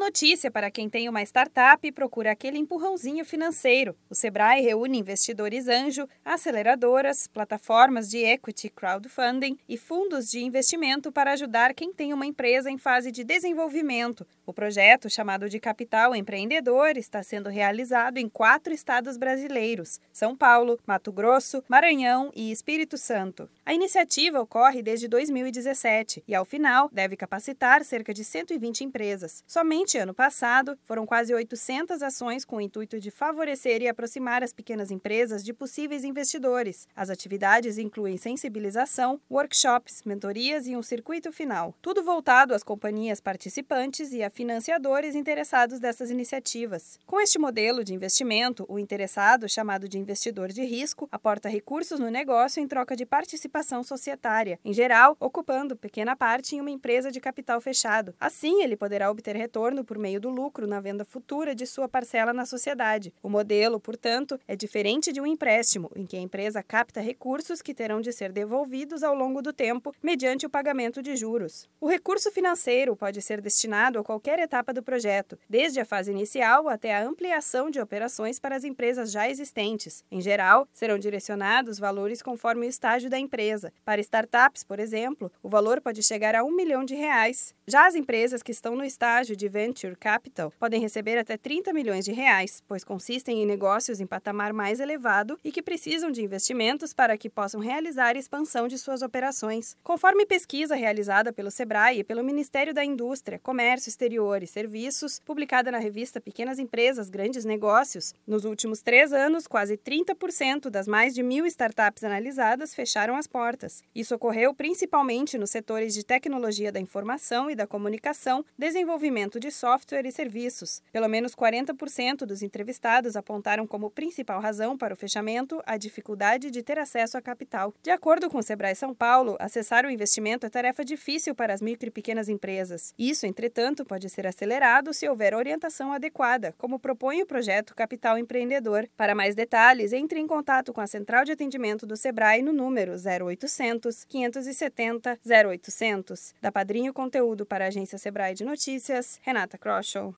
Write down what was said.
notícia para quem tem uma startup e procura aquele empurrãozinho financeiro. O Sebrae reúne investidores anjo, aceleradoras, plataformas de equity crowdfunding e fundos de investimento para ajudar quem tem uma empresa em fase de desenvolvimento. O projeto, chamado de Capital Empreendedor, está sendo realizado em 4 estados brasileiros: São Paulo, Mato Grosso, Maranhão e Espírito Santo. A iniciativa ocorre desde 2017 e, ao final, deve capacitar cerca de 120 empresas. Somente ano passado, foram quase 800 ações com o intuito de favorecer e aproximar as pequenas empresas de possíveis investidores. As atividades incluem sensibilização, workshops, mentorias e um circuito final. Tudo voltado às companhias participantes e a financiadores interessados dessas iniciativas. Com este modelo de investimento, o interessado, chamado de investidor de risco, aporta recursos no negócio em troca de participação societária, em geral, ocupando pequena parte em uma empresa de capital fechado. Assim, ele poderá obter retorno por meio do lucro na venda futura de sua parcela na sociedade. O modelo, portanto, é diferente de um empréstimo, em que a empresa capta recursos que terão de ser devolvidos ao longo do tempo, mediante o pagamento de juros. O recurso financeiro pode ser destinado a qualquer etapa do projeto, desde a fase inicial até a ampliação de operações para as empresas já existentes. Em geral, serão direcionados valores conforme o estágio da empresa. Para startups, por exemplo, o valor pode chegar a R$ 1 milhão. Já as empresas que estão no estágio de Venture Capital podem receber até R$ 30 milhões, pois consistem em negócios em patamar mais elevado e que precisam de investimentos para que possam realizar a expansão de suas operações. Conforme pesquisa realizada pelo Sebrae e pelo Ministério da Indústria, Comércio Exterior e Serviços, publicada na revista Pequenas Empresas, Grandes Negócios, nos últimos 3 anos, quase 30% das mais de 1.000 startups analisadas fecharam as portas. Isso ocorreu principalmente nos setores de tecnologia da informação e da comunicação, desenvolvimento de software e serviços. Pelo menos 40% dos entrevistados apontaram como principal razão para o fechamento a dificuldade de ter acesso a capital. De acordo com o Sebrae São Paulo, acessar o investimento é tarefa difícil para as micro e pequenas empresas. Isso, entretanto, pode ser acelerado se houver orientação adequada, como propõe o projeto Capital Empreendedor. Para mais detalhes, entre em contato com a Central de Atendimento do Sebrae no número 0800 570 0800. Da Padrinho Conteúdo para a Agência Sebrae de Notícias, Renata Kroschel.